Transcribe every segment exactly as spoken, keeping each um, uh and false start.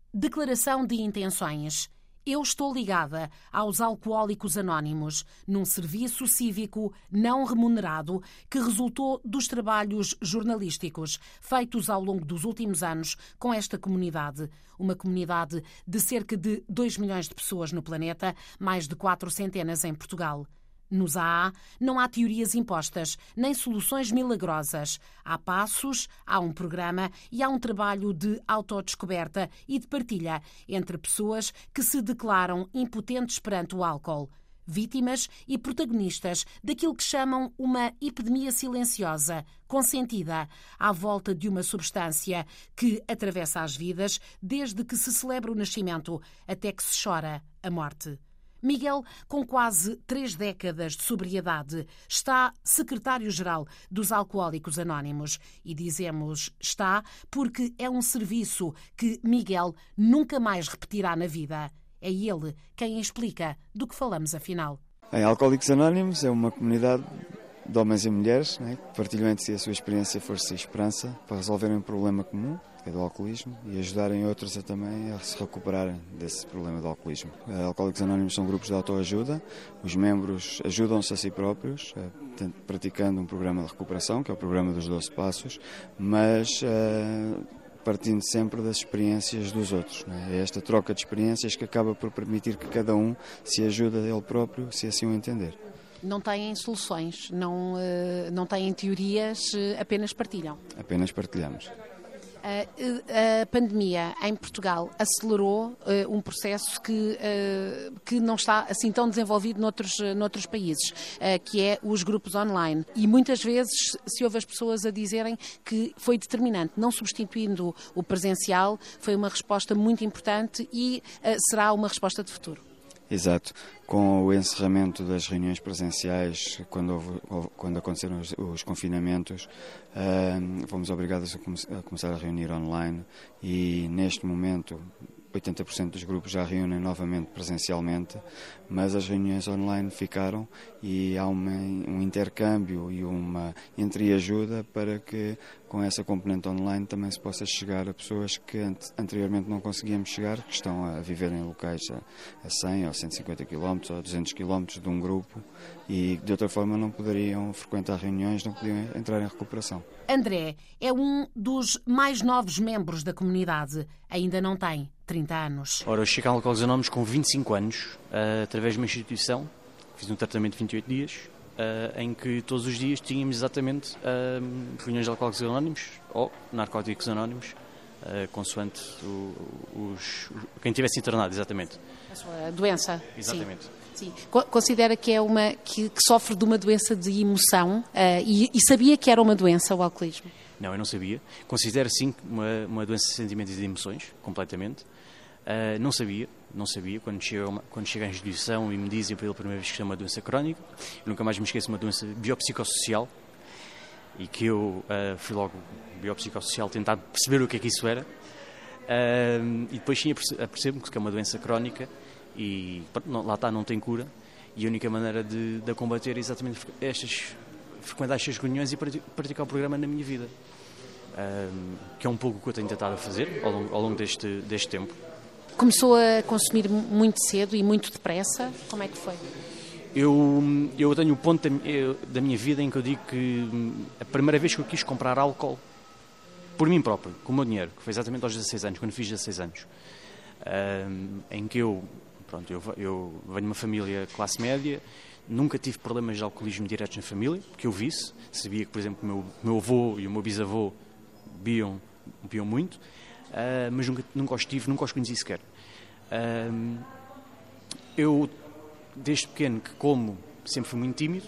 Declaração de intenções. Eu estou ligada aos Alcoólicos Anónimos, num serviço cívico não remunerado que resultou dos trabalhos jornalísticos feitos ao longo dos últimos anos com esta comunidade. Uma comunidade de cerca de dois milhões de pessoas no planeta, mais de quatro centenas em Portugal. Nos A A não há teorias impostas, nem soluções milagrosas. Há passos, há um programa e há um trabalho de autodescoberta e de partilha entre pessoas que se declaram impotentes perante o álcool. Vítimas e protagonistas daquilo que chamam uma epidemia silenciosa, consentida, à volta de uma substância que atravessa as vidas desde que se celebra o nascimento até que se chora a morte. Miguel, com quase três décadas de sobriedade, está secretário-geral dos Alcoólicos Anónimos. E dizemos está porque é um serviço que Miguel nunca mais repetirá na vida. É ele quem explica do que falamos afinal. Em Alcoólicos Anónimos é uma comunidade de homens e mulheres, né, que partilham entre si a sua experiência, força e esperança para resolverem um problema comum, que é do alcoolismo, e ajudarem outros a também a se recuperarem desse problema do alcoolismo. Alcoólicos Anónimos são grupos de autoajuda, os membros ajudam-se a si próprios, praticando um programa de recuperação, que é o programa dos doze passos, mas uh, partindo sempre das experiências dos outros. Né? É esta troca de experiências que acaba por permitir que cada um se ajude a ele próprio, se assim o entender. Não têm soluções, não, não têm teorias, apenas partilham. Apenas partilhamos. A, a pandemia em Portugal acelerou uh, um processo que, uh, que não está assim tão desenvolvido noutros, noutros países, uh, que é os grupos online. E muitas vezes se ouve as pessoas a dizerem que foi determinante, não substituindo o presencial, foi uma resposta muito importante e uh, será uma resposta de futuro. Exato. Com o encerramento das reuniões presenciais, quando, houve, quando aconteceram os, os confinamentos, uh, fomos obrigados a, come a começar a reunir online e, neste momento, oitenta por cento dos grupos já reúnem novamente presencialmente, mas as reuniões online ficaram e há uma, um intercâmbio e uma entreajuda para que, com essa componente online, também se possa chegar a pessoas que anteriormente não conseguíamos chegar, que estão a viver em locais a, a cem ou cento e cinquenta quilómetros ou duzentos quilómetros de um grupo e, de outra forma, não poderiam frequentar reuniões, não podiam entrar em recuperação. André é um dos mais novos membros da comunidade. Ainda não tem trinta anos. Ora, eu cheguei a Alcoólicos Anónimos com vinte e cinco anos, uh, através de uma instituição. Fiz um tratamento de vinte e oito dias, uh, em que todos os dias tínhamos exatamente uh, reuniões de Alcoólicos Anónimos ou Narcóticos Anónimos, uh, consoante o, os, quem tivesse internado, exatamente. A sua doença. Exatamente. Sim. Sim. Considera que é uma que, que sofre de uma doença de emoção uh, e, e sabia que era uma doença, o alcoolismo? Não, eu não sabia. Considero sim uma, uma doença de sentimentos e de emoções, completamente. Uh, não sabia, não sabia. Quando chego, uma, quando chego à instituição e me dizem pela primeira vez que é uma doença crónica, eu nunca mais me esqueço de uma doença biopsicossocial e que eu uh, fui logo biopsicossocial tentar perceber o que é que isso era. Uh, e depois sim apercebo-me que é uma doença crónica e não, lá está, não tem cura e a única maneira de, de a combater é exatamente estas, frequentar estas reuniões e praticar o programa na minha vida, um, que é um pouco o que eu tenho tentado fazer ao longo, ao longo deste, deste tempo. Começou a consumir muito cedo e muito depressa? Como é que foi? Eu, eu tenho o ponto da, da minha vida em que eu digo que a primeira vez que eu quis comprar álcool por mim próprio, com o meu dinheiro, que foi exatamente aos dezasseis anos, quando fiz dezasseis anos, um, em que eu Pronto, eu, eu venho de uma família classe média, nunca tive problemas de alcoolismo diretos na família, porque eu vi-se, sabia que, por exemplo, o meu, meu avô e o meu bisavô bebiam, bebiam muito, uh, mas nunca, nunca os tive, nunca os conheci sequer. Uh, eu, desde pequeno, que como, sempre fui muito tímido,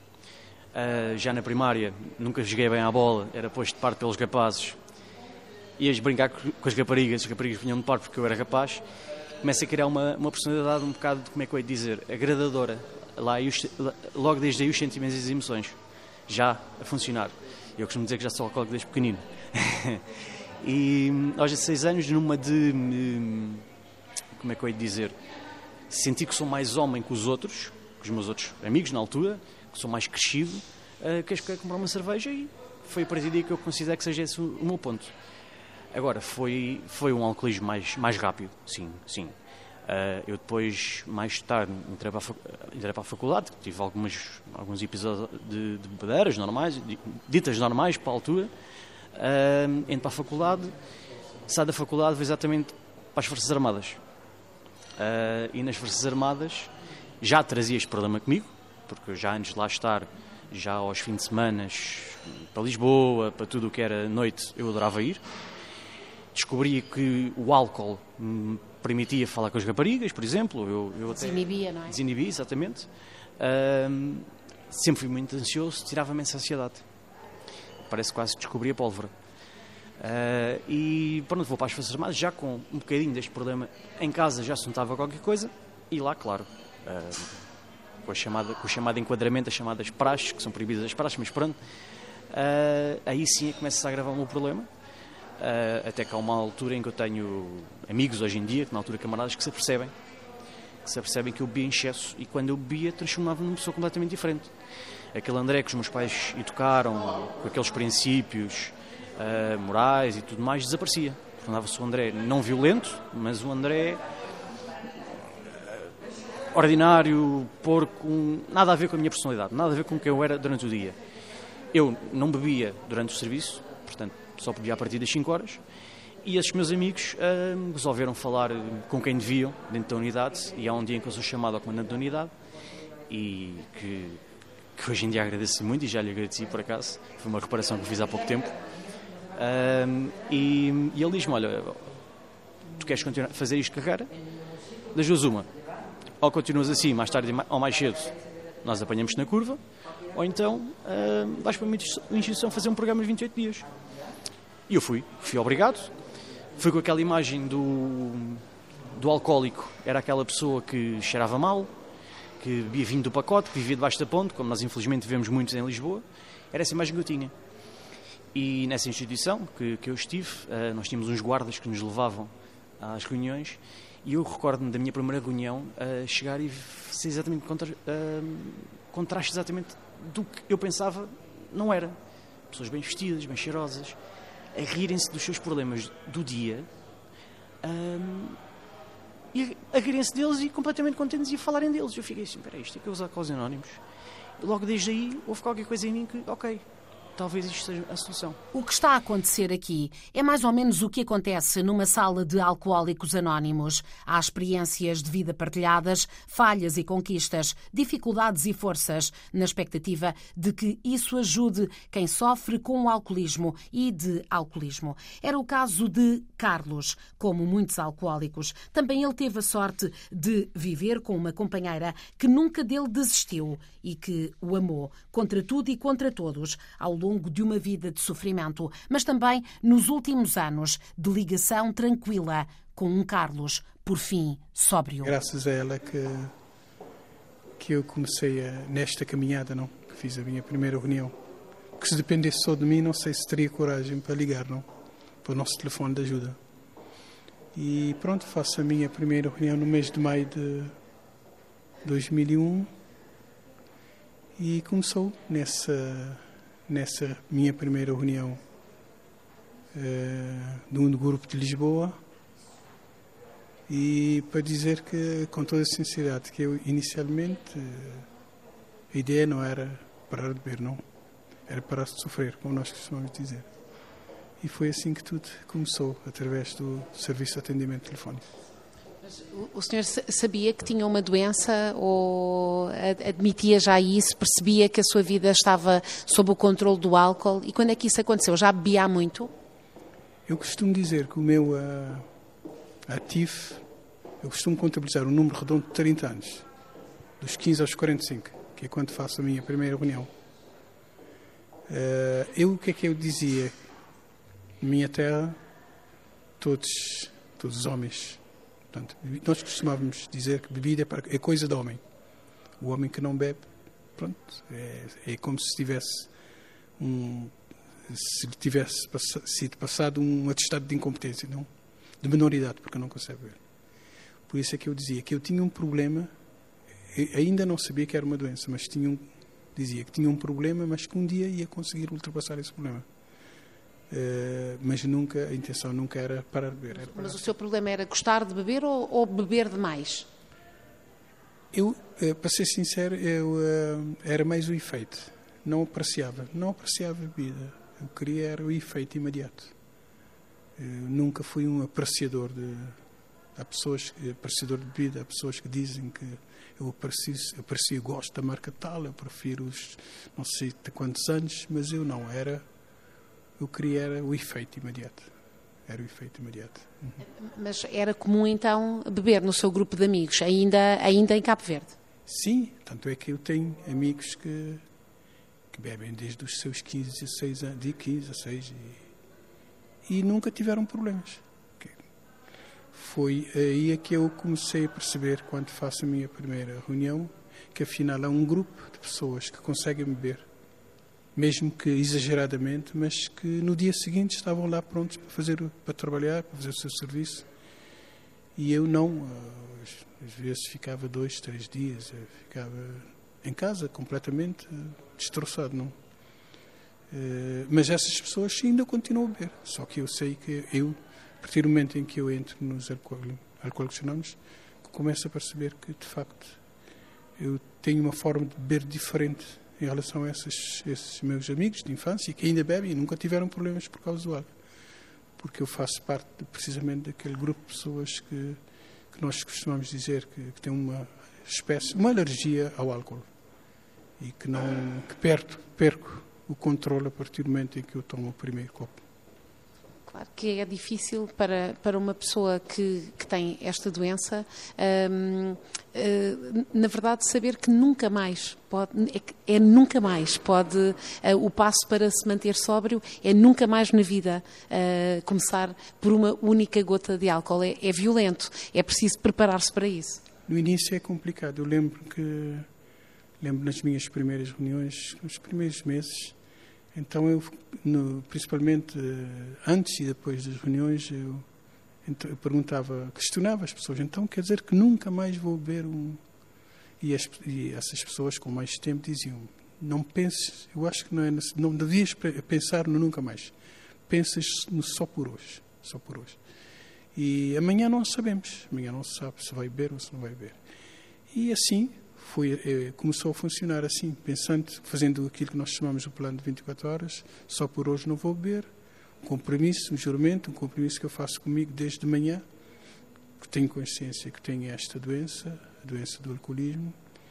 uh, já na primária nunca joguei bem à bola, era posto de parte pelos rapazes, ias brincar com as raparigas, as raparigas vinham de parte porque eu era rapaz. Começa a criar uma, uma personalidade um bocado, como é que eu ia dizer, agradadora. Lá, eu, logo desde aí os sentimentos e as emoções, já a funcionar. Eu costumo dizer que já sou alcoólico desde pequenino. E aos dezasseis anos, numa de, como é que eu ia dizer, sentir que sou mais homem que os outros, que os meus outros amigos na altura, que sou mais crescido, uh, queres comprar uma cerveja e foi a partir daí que eu considero que seja esse o, o meu ponto. Agora, foi, foi um alcoolismo mais, mais rápido, sim, sim. Uh, eu depois, mais tarde, entrei para a, fac... entrei para a faculdade, tive algumas, alguns episódios de, de bebedeiras normais, ditas normais para a altura. Uh, entro para a faculdade, saio da faculdade, vou exatamente para as Forças Armadas. Uh, e nas Forças Armadas já trazia este problema comigo, porque eu já antes de lá estar, já aos fins de semana, para Lisboa, para tudo o que era noite, eu adorava ir. Descobri que o álcool me permitia falar com as raparigas, por exemplo. Eu, eu até desinibia, não é? Desinibia, exatamente. Uh, sempre fui muito ansioso, tirava-me essa ansiedade. Parece quase que descobri a pólvora. Uh, e pronto, vou para as Forças Armadas, já com um bocadinho deste problema em casa, já se notava qualquer coisa, e lá, claro, uh, com, a chamada, com o chamado enquadramento, as chamadas praxes, que são proibidas as praxes, mas pronto, uh, aí sim começa a agravar o meu problema. Uh, até que há uma altura em que eu tenho amigos hoje em dia, que na altura camaradas, que se apercebem que se apercebem que eu bebia em excesso, e quando eu bebia transformava-me numa pessoa completamente diferente. Aquele André que os meus pais educaram, com aqueles princípios uh, morais e tudo mais, desaparecia. Tornava-se o André não violento, mas o André uh, ordinário, porco, nada a ver com a minha personalidade, nada a ver com o que eu era durante o dia. Eu não bebia durante o serviço, portanto só bebia a partir das cinco horas, e esses meus amigos uh, resolveram falar com quem deviam dentro da unidade, e há um dia em que eu sou chamado ao comandante da unidade, e que, que hoje em dia agradeço muito, e já lhe agradeci por acaso, foi uma reparação que eu fiz há pouco tempo, uh, e, e ele diz-me, olha, tu queres continuar a fazer isto de carreira? Das duas uma, ou continuas assim, mais tarde ou mais cedo nós apanhamos-te na curva, ou então uh, vais para uma instituição fazer um programa de vinte e oito dias. E eu fui, fui obrigado, fui com aquela imagem do, do alcoólico, era aquela pessoa que cheirava mal, que bebia vinho do pacote, que vivia debaixo da ponte, como nós infelizmente vivemos muitos em Lisboa, era essa imagem que eu tinha. E nessa instituição que, que eu estive, uh, nós tínhamos uns guardas que nos levavam às reuniões, e eu recordo-me da minha primeira reunião uh, chegar e ser exatamente contra, uh, contraste exatamente do que eu pensava não era. Pessoas bem vestidas, bem cheirosas, a rirem-se dos seus problemas do dia, um, e a rirem-se deles e completamente contentes e a falarem deles. Eu fiquei assim, espera aí, isto é que eu usar Alcoólicos Anónimos. E logo desde aí houve qualquer coisa em mim que, ok, talvez isto seja a solução. O que está a acontecer aqui é mais ou menos o que acontece numa sala de Alcoólicos Anónimos. Há experiências de vida partilhadas, falhas e conquistas, dificuldades e forças, na expectativa de que isso ajude quem sofre com o alcoolismo e de alcoolismo. Era o caso de Carlos. Como muitos alcoólicos, também ele teve a sorte de viver com uma companheira que nunca dele desistiu e que o amou, contra tudo e contra todos, ao longo de uma vida de sofrimento, mas também nos últimos anos de ligação tranquila com um Carlos, por fim, sóbrio. Graças a ela que, que eu comecei a, nesta caminhada, não? Que fiz a minha primeira reunião. Que se dependesse só de mim, não sei se teria coragem para ligar, não? Para o nosso telefone de ajuda. E pronto, faço a minha primeira reunião no mês de maio de dois mil e um e começou nessa... nessa minha primeira reunião uh, de um grupo de Lisboa, e para dizer que, com toda a sinceridade, que eu inicialmente uh, a ideia não era parar de beber, não, era parar de sofrer, como nós costumamos dizer. E foi assim que tudo começou, através do serviço de atendimento telefónico. O senhor sabia que tinha uma doença, ou admitia já isso, percebia que a sua vida estava sob o controle do álcool? E quando é que isso aconteceu? Já bebia há muito? Eu costumo dizer que o meu uh, ativo, eu costumo contabilizar um número redondo de trinta anos, dos quinze aos quarenta e cinco, que é quando faço a minha primeira reunião. Uh, eu, o que é que eu dizia? Na minha terra, todos, todos os homens... Portanto, nós costumávamos dizer que bebida é, para, é coisa de homem. O homem que não bebe, pronto, é, é como se tivesse um, se tivesse pass- sido passado um atestado de incompetência, não? De menoridade, porque não consegue beber. Por isso é que eu dizia que eu tinha um problema, ainda não sabia que era uma doença, mas tinha um, dizia que tinha um problema, mas que um dia ia conseguir ultrapassar esse problema. uh, mas nunca, a intenção nunca era parar de beber. Era parar. Mas o seu problema era gostar de beber ou, ou beber demais? Eu, uh, para ser sincero, eu uh, era mais o efeito. Não apreciava, não apreciava a bebida. Eu queria era o efeito imediato. Eu nunca fui um apreciador de... Há pessoas, apreciador de bebida, há pessoas que dizem que eu aprecio, aprecio gosto da marca tal, eu prefiro os não sei de quantos anos, mas eu não, era, eu queria era o efeito imediato. Era o efeito imediato. Uhum. Mas era comum então beber no seu grupo de amigos, ainda, ainda em Cabo Verde? Sim, tanto é que eu tenho amigos que, que bebem desde os seus quinze, dezesseis anos, de quinze a seis e, e nunca tiveram problemas. Foi aí é que eu comecei a perceber, quando faço a minha primeira reunião, que afinal há um grupo de pessoas que conseguem beber, mesmo que exageradamente, mas que no dia seguinte estavam lá prontos para, fazer, para trabalhar, para fazer o seu serviço. E eu não, às vezes ficava dois, três dias, ficava em casa completamente destroçado, não. Mas essas pessoas ainda continuam a beber, só que eu sei que eu, a partir do momento em que eu entro nos alcoólicos anónimos, começo a perceber que, de facto, eu tenho uma forma de beber diferente em relação a esses, esses meus amigos de infância que ainda bebem e nunca tiveram problemas por causa do álcool. Porque eu faço parte de, precisamente daquele grupo de pessoas que, que nós costumamos dizer que, que tem uma espécie, uma alergia ao álcool e que, não, que perco, perco o controle a partir do momento em que eu tomo o primeiro copo. Claro que é difícil para, para uma pessoa que, que tem esta doença, hum, hum, na verdade, saber que nunca mais pode, é, é nunca mais pode, uh, o passo para se manter sóbrio é nunca mais na vida uh, começar por uma única gota de álcool. É, é violento, é preciso preparar-se para isso. No início é complicado. Eu lembro que, lembro nas minhas primeiras reuniões, nos primeiros meses. Então, eu, no, principalmente antes e depois das reuniões, eu, então, eu perguntava, questionava as pessoas, então quer dizer que nunca mais vou beber um... E, as, e essas pessoas com mais tempo diziam, não penses, eu acho que não, é, não devias pensar no nunca mais, pensas no só por hoje, só por hoje. E amanhã não sabemos, amanhã não se sabe se vai beber ou se não vai beber. E assim... Foi, eh, começou a funcionar assim, pensando, fazendo aquilo que nós chamamos de plano de vinte e quatro horas, só por hoje não vou beber, um compromisso, um juramento, um compromisso que eu faço comigo desde de manhã, que tenho consciência que tenho esta doença, a doença do alcoolismo,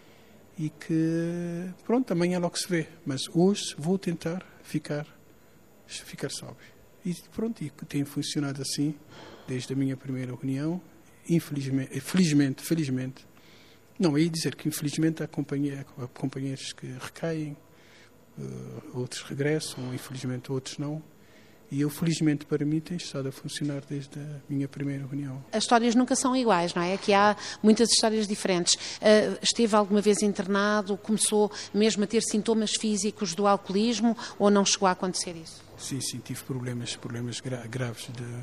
e que, pronto, amanhã logo se vê, mas hoje vou tentar ficar, ficar sóbrio. E pronto, e tem funcionado assim, desde a minha primeira reunião, infelizmente, felizmente, felizmente, não, aí dizer que infelizmente há companheiros que recaem, uh, outros regressam, infelizmente outros não. E eu, felizmente para mim, tem estado a funcionar desde a minha primeira reunião. As histórias nunca são iguais, não é? Aqui há muitas histórias diferentes. Uh, esteve alguma vez internado, começou mesmo a ter sintomas físicos do alcoolismo ou não chegou a acontecer isso? Sim, sim, tive problemas, problemas gra- graves de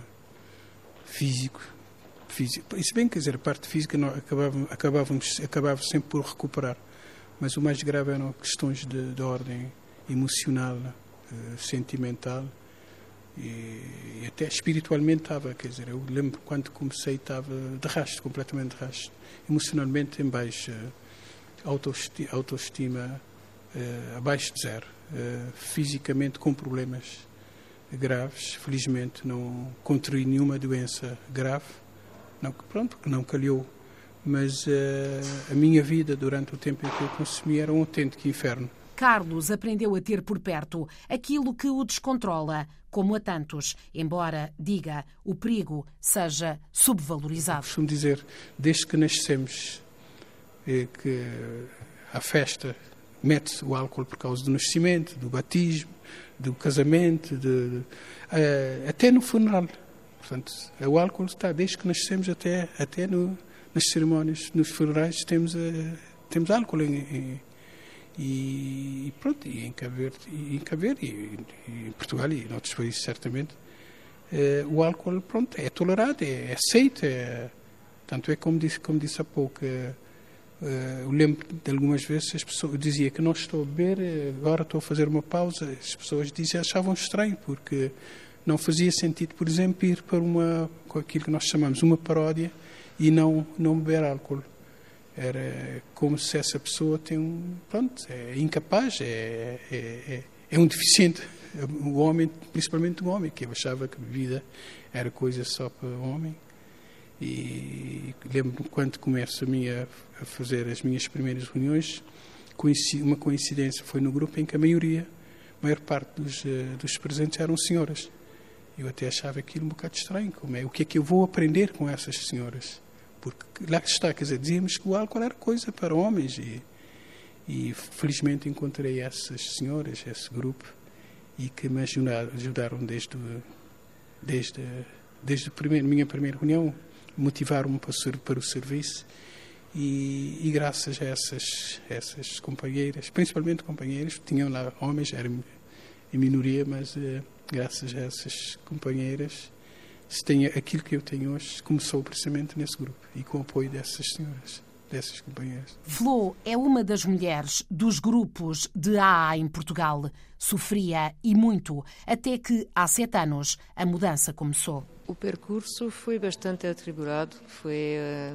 físico. Físico. E se bem, quer dizer, a parte física não, acabávamos, acabávamos, acabava sempre por recuperar, mas o mais grave eram questões de, de ordem emocional, uh, sentimental e, e até espiritualmente estava, quer dizer, eu lembro quando comecei estava de rastro, completamente de rastro, emocionalmente em baixo, uh, autoestima, autoestima uh, abaixo de zero, uh, fisicamente com problemas graves, felizmente não contraí nenhuma doença grave. Não, pronto, porque não calhou, mas uh, a minha vida durante o tempo em que eu consumi era um autêntico inferno. Carlos aprendeu a ter por perto aquilo que o descontrola, como a tantos, embora, diga, o perigo seja subvalorizado. Eu costumo dizer, desde que nascemos, é que a festa mete-se o álcool por causa do nascimento, do batismo, do casamento, de, uh, até no funeral. Portanto, o álcool está, desde que nascemos até, até no, nas cerimónias, nos funerais, temos, uh, temos álcool em, em, e pronto, e em Cabo Verde, e, em, Cabo Verde e, e em Portugal e em outros países, certamente, uh, o álcool, pronto, é tolerado, é, é aceito, é, tanto é como disse, como disse há pouco, uh, eu lembro de algumas vezes as pessoas, eu dizia que não estou a beber, agora estou a fazer uma pausa. As pessoas diziam, achavam estranho, porque não fazia sentido, por exemplo, ir para uma, aquilo que nós chamamos uma paródia e não, não beber álcool. Era como se essa pessoa tem um, pronto, é incapaz, é, é, é, é um deficiente. O homem, principalmente o homem, que eu achava que a bebida era coisa só para o homem. E lembro-me quando começo a, minha, a fazer as minhas primeiras reuniões, uma coincidência foi no grupo em que a maioria, a maior parte dos, dos presentes eram senhoras. Eu até achava aquilo um bocado estranho, como é, o que é que eu vou aprender com essas senhoras? Porque lá está, quer dizer, dizíamos que o álcool era coisa para homens e, e felizmente encontrei essas senhoras, esse grupo, e que me ajudaram, ajudaram desde, desde, desde a primeira, minha primeira reunião, motivaram-me para, para o serviço e, e graças a essas, essas companheiras, principalmente companheiras, tinham lá homens, eram em minoria, mas uh, graças a essas companheiras, se tem aquilo que eu tenho hoje, começou precisamente nesse grupo e com o apoio dessas senhoras, dessas companheiras. Flô é uma das mulheres dos grupos de A A em Portugal. Sofria e muito, até que há sete anos a mudança começou. O percurso foi bastante atribulado, foi...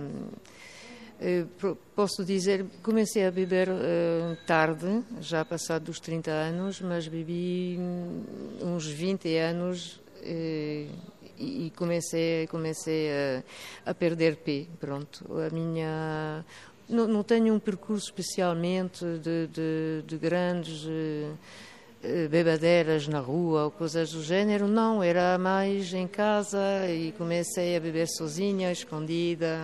Uh, uh, posso dizer, comecei a beber uh, tarde, já passado dos trinta anos, mas bebi uns vinte anos uh, e comecei, comecei a, a perder pé, pronto. A minha... Não, não tenho um percurso especialmente de, de, de grandes... Uh, bebedeiras na rua ou coisas do género, não, era mais em casa e comecei a beber sozinha, escondida,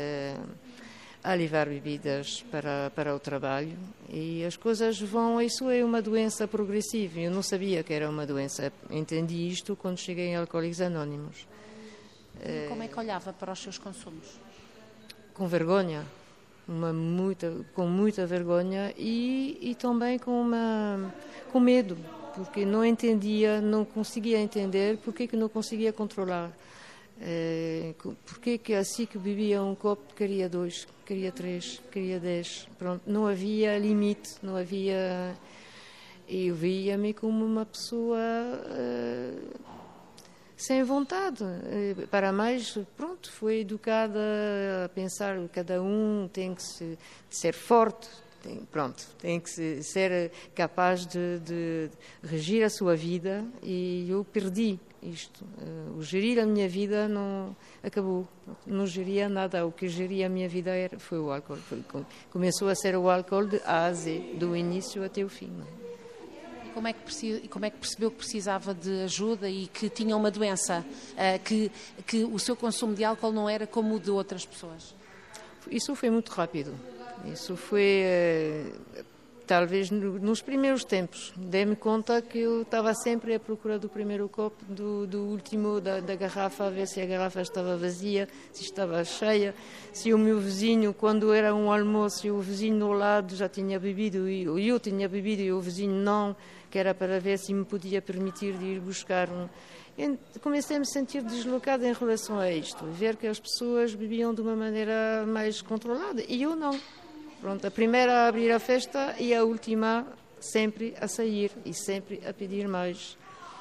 a levar bebidas para, para o trabalho e as coisas vão, isso é uma doença progressiva, eu não sabia que era uma doença, entendi isto quando cheguei em Alcoólicos Anónimos. E como é que olhava para os seus consumos? Com vergonha. Uma muita, com muita vergonha e, e também com, uma, com medo, porque não entendia, não conseguia entender porque que não conseguia controlar. É, porque que assim que bebia um copo, queria dois, queria três, queria dez. Pronto, não havia limite, não havia... Eu via-me como uma pessoa... Uh, sem vontade, para mais, pronto, foi educada a pensar que cada um tem que se, ser forte, tem, pronto, tem que se, ser capaz de, de regir a sua vida e eu perdi isto. O gerir a minha vida não acabou, não geria nada, o que geria a minha vida era, foi o álcool, foi, começou a ser o álcool de A a Z, do início até o fim. Como é, que, como é que percebeu que precisava de ajuda e que tinha uma doença, uh, que, que o seu consumo de álcool não era como o de outras pessoas? Isso foi muito rápido. Isso foi, uh, talvez, no, nos primeiros tempos. Dei-me conta que eu estava sempre à procura do primeiro copo, do, do último, da, da garrafa, a ver se a garrafa estava vazia, se estava cheia, se o meu vizinho, quando era um almoço, e o vizinho do lado já tinha bebido, e eu tinha bebido e o vizinho não, que era para ver se me podia permitir de ir buscar um... Eu comecei a me sentir deslocada em relação a isto, ver que as pessoas bebiam de uma maneira mais controlada e eu não. Pronto, a primeira a abrir a festa e a última sempre a sair e sempre a pedir mais.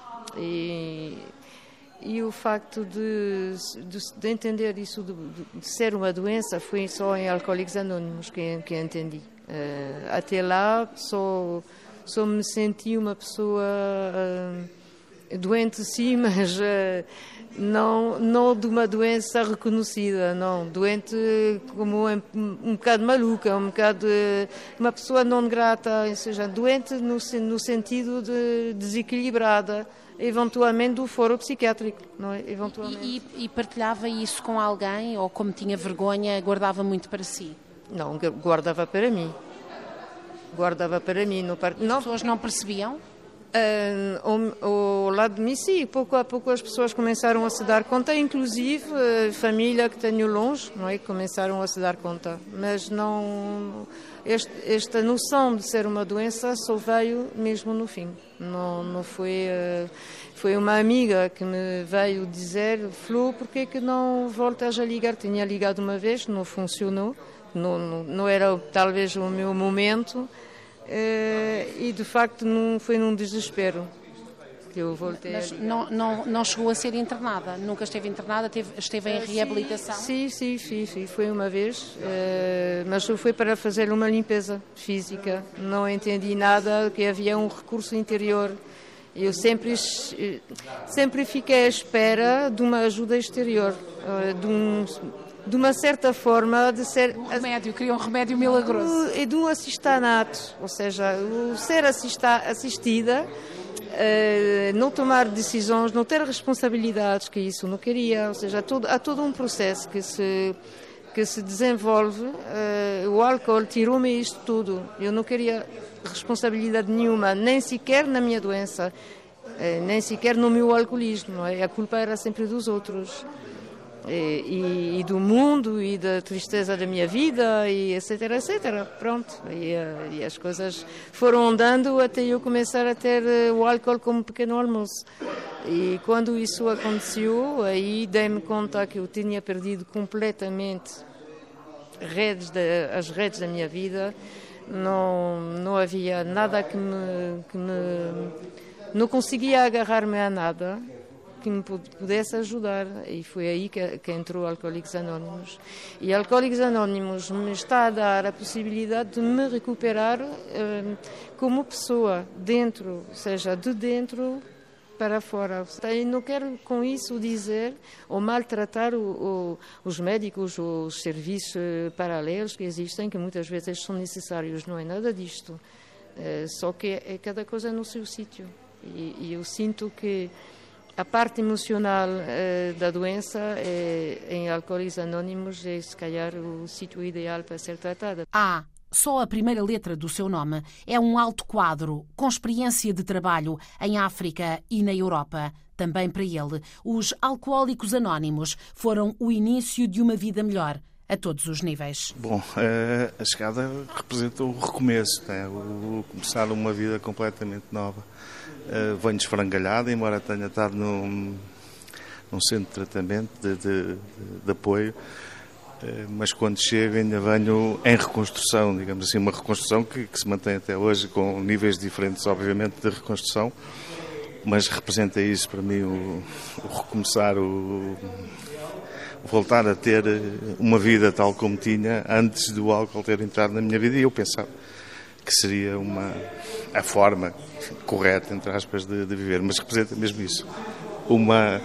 E, e o facto de, de, de entender isso, de, de ser uma doença, foi só em Alcoólicos Anónimos que, que entendi. Uh, até lá, só... Só me senti uma pessoa uh, doente, sim, mas uh, não, não de uma doença reconhecida, não. Doente como um, um bocado maluca, um bocado uh, uma pessoa não grata, ou seja, doente no, no sentido de desequilibrada, eventualmente do foro psiquiátrico, não é? Eventualmente. E, e, e partilhava isso com alguém ou, como tinha vergonha, guardava muito para si? Não, guardava para mim. Guardava para mim. No par... As não... pessoas não percebiam? Uh, ao, ao lado de mim, sim. Pouco a pouco as pessoas começaram a se dar conta, inclusive uh, família que tenho longe, não é? Começaram a se dar conta. Mas não... Este, esta noção de ser uma doença só veio mesmo no fim. Não, não foi... Uh, foi uma amiga que me veio dizer: Flor, por que que não voltas a ligar? Tinha ligado uma vez, não funcionou. Não, não, não era talvez o meu momento. Uh, e de facto não foi num desespero que eu voltei. Mas não, não, não chegou a ser internada? Nunca esteve internada? Teve, esteve em reabilitação? Sim, sim, sim, sim, foi uma vez, uh, mas foi para fazer uma limpeza física. Não entendi nada, que havia um recurso interior. Eu sempre, sempre fiquei à espera de uma ajuda exterior, uh, de um... de uma certa forma de ser... Um remédio, queria um remédio milagroso. E de um assistanato, ou seja, o ser assista, assistida, eh, não tomar decisões, não ter responsabilidades, que isso não queria, ou seja, há todo, há todo um processo que se, que se desenvolve. Eh, o álcool tirou-me isto tudo. Eu não queria responsabilidade nenhuma, nem sequer na minha doença, eh, nem sequer no meu alcoolismo, não é? A culpa era sempre dos outros. E, e do mundo e da tristeza da minha vida e etc, etc, pronto, e, e as coisas foram andando até eu começar a ter o álcool como pequeno almoço. E quando isso aconteceu, aí dei-me conta que eu tinha perdido completamente redes de, as redes da minha vida. Não, não havia nada que me, que me não conseguia agarrar-me a nada que me pudesse ajudar, e foi aí que, que entrou Alcoólicos Anónimos. E Alcoólicos Anónimos me está a dar a possibilidade de me recuperar eh, como pessoa, dentro, ou seja, de dentro para fora. E não quero com isso dizer ou maltratar o, o, os médicos, os serviços paralelos que existem, que muitas vezes são necessários, não é nada disto. Eh, só que é cada coisa no seu sítio. E, e eu sinto que a parte emocional eh, da doença é, em Alcoólicos Anónimos é, se calhar, o sítio ideal para ser tratada. Ah, só a primeira letra do seu nome é um alto quadro com experiência de trabalho em África e na Europa. Também para ele, os Alcoólicos Anónimos foram o início de uma vida melhor, a todos os níveis. Bom, a chegada representa o recomeço, né? O começar uma vida completamente nova. Uh, venho esfrangalhado, embora tenha estado num, num centro de tratamento, de, de, de, de apoio, uh, mas quando chego ainda venho em reconstrução, digamos assim, uma reconstrução que, que se mantém até hoje, com níveis diferentes, obviamente, de reconstrução, mas representa isso para mim, o, o recomeçar, o, o voltar a ter uma vida tal como tinha antes do álcool ter entrado na minha vida, e eu pensava que seria uma, a forma correta, entre aspas, de, de viver, mas representa mesmo isso, uma,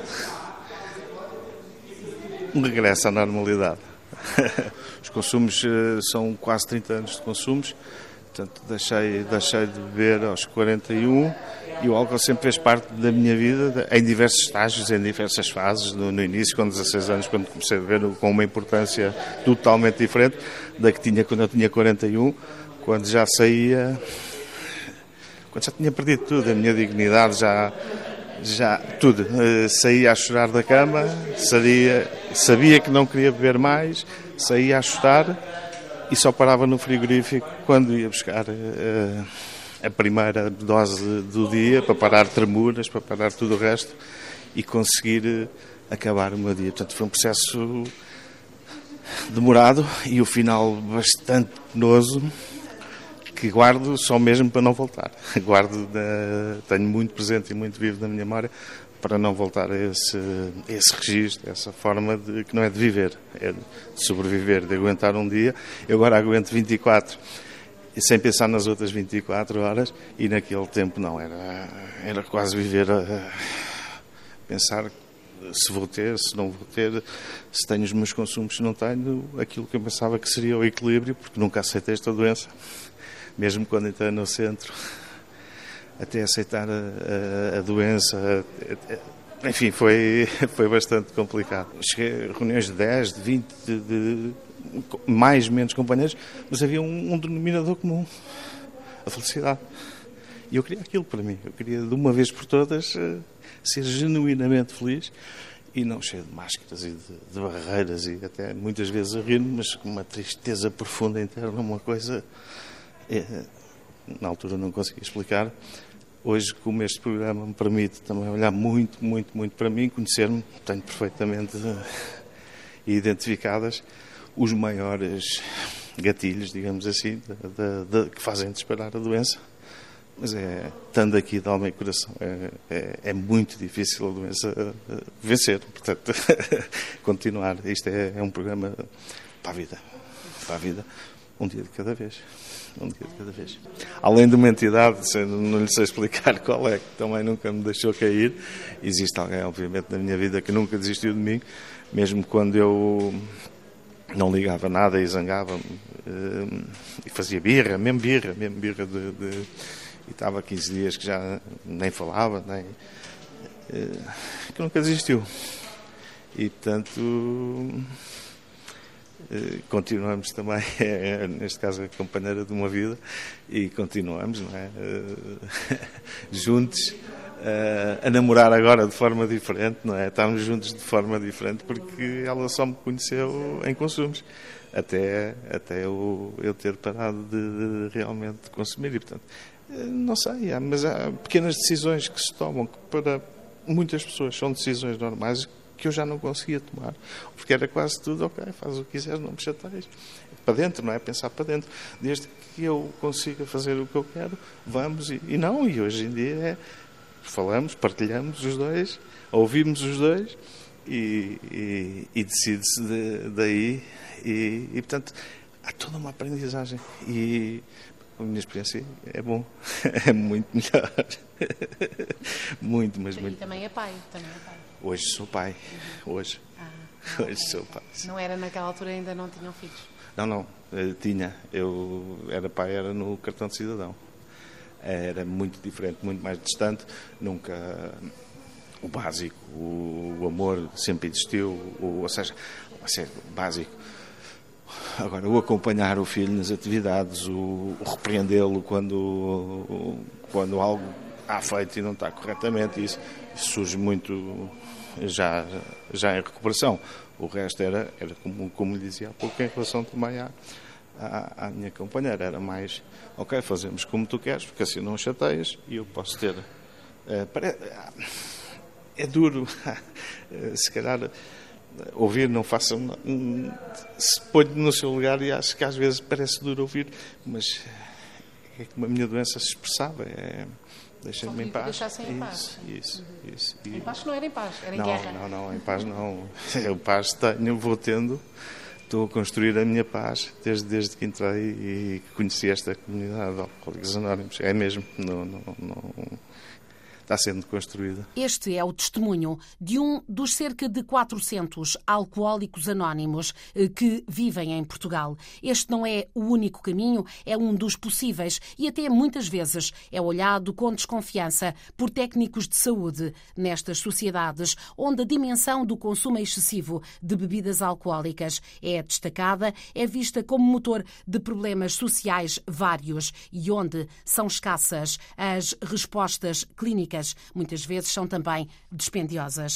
um regresso à normalidade. Os consumos são quase trinta anos de consumos, portanto deixei, deixei de beber aos quarenta e um, e o álcool sempre fez parte da minha vida, em diversos estágios, em diversas fases. No, no início, com dezasseis anos, quando comecei a beber, com uma importância totalmente diferente da que tinha quando eu tinha quarenta e um, quando já saía, quando já tinha perdido tudo, a minha dignidade, já, já tudo. Uh, saía a chorar da cama, sabia, sabia que não queria beber mais, saía a chorar e só parava no frigorífico quando ia buscar uh, a primeira dose do dia, para parar tremuras, para parar tudo o resto e conseguir uh, acabar o meu dia. Portanto, foi um processo demorado e o final bastante penoso, que guardo só mesmo para não voltar. Guardo, uh, tenho muito presente e muito vivo na minha memória para não voltar a esse, a esse registro, a essa forma de, que não é de viver, é de sobreviver, de aguentar um dia. Eu agora aguento vinte e quatro, sem pensar nas outras vinte e quatro horas, e naquele tempo não, era, era quase viver a pensar se vou ter, se não vou ter, se tenho os meus consumos, se não tenho, aquilo que eu pensava que seria o equilíbrio, porque nunca aceitei esta doença. Mesmo quando entrei no centro, até aceitar a, a, a doença, enfim, foi, foi bastante complicado. Cheguei a reuniões de dez, de vinte, de, de mais ou menos companheiros, mas havia um, um denominador comum, a felicidade. E eu queria aquilo para mim, eu queria de uma vez por todas ser genuinamente feliz e não cheio de máscaras e de, de barreiras e até muitas vezes a rir-me, mas com uma tristeza profunda interna, uma coisa... É, na altura não conseguia explicar, Hoje, como este programa me permite também olhar muito, muito, muito para mim, conhecer-me, tenho perfeitamente identificadas os maiores gatilhos, digamos assim, de, de, de, que fazem disparar a doença. Mas é, estando aqui de alma e coração, é, é, é muito difícil a doença vencer. Portanto, continuar. Isto é, é um programa para a vida. Para a vida, um dia de cada vez. Um dia de cada vez. Além de uma entidade, não lhe sei explicar qual é, que também nunca me deixou cair. Existe alguém, obviamente, na minha vida que nunca desistiu de mim, mesmo quando eu não ligava nada e zangava-me e fazia birra, mesmo birra, mesmo birra de... de e estava há quinze dias que já nem falava, nem, que nunca desistiu. E, portanto, continuamos também, neste caso, a companheira de uma vida, e continuamos, não é? Juntos, a namorar agora de forma diferente, não é? Estamos juntos de forma diferente porque ela só me conheceu em consumos, até, até eu, eu ter parado de, de realmente consumir, e, portanto, não sei, mas há pequenas decisões que se tomam que para muitas pessoas são decisões normais que eu já não conseguia tomar, porque era quase tudo, ok, faz o que quiseres, não me chateias. Para dentro, não é? Pensar para dentro. Desde que eu consiga fazer o que eu quero, vamos, e, e não, e hoje em dia é, falamos, partilhamos os dois, ouvimos os dois, e, e, e decide-se de, daí, e, e portanto, há toda uma aprendizagem, e a minha experiência é bom, é muito melhor. Muito, mas muito. E também é pai, também é pai. Hoje sou pai, hoje. Ah, não, hoje sou pai. Não era naquela altura, ainda não tinham filhos? Não, não, eu tinha. Eu era pai, era no cartão de cidadão. Era muito diferente, muito mais distante. Nunca o básico, o, o amor sempre existiu, o, ou seja, ou seja, básico. Agora, o acompanhar o filho nas atividades, o, o repreendê-lo quando, quando algo há feito e não está corretamente, isso, isso surge muito já, já em recuperação. O resto era, era como, como lhe dizia há pouco, em relação também à, à, à minha companheira. Era mais, ok, fazemos como tu queres, porque assim não chateias e eu posso ter... É, é duro, se calhar... Ouvir, não façam. Se ponho no seu lugar e acho que às vezes parece duro ouvir, mas é como a minha doença se expressava. É, deixem-me em paz. Deixassem em paz. Isso, isso, isso. E... Em paz não era em paz, era em não, guerra. Não, não, em paz não. Eu paz tenho, vou tendo, estou a construir a minha paz desde, desde que entrei e conheci esta comunidade de Alcoólicos Anónimos. É mesmo, não. não, não... está sendo construída. Este é o testemunho de um dos cerca de quatrocentos alcoólicos anónimos que vivem em Portugal. Este não é o único caminho, é um dos possíveis e até muitas vezes é olhado com desconfiança por técnicos de saúde nestas sociedades onde a dimensão do consumo excessivo de bebidas alcoólicas é destacada, é vista como motor de problemas sociais vários e onde são escassas as respostas clínicas. Muitas vezes são também dispendiosas.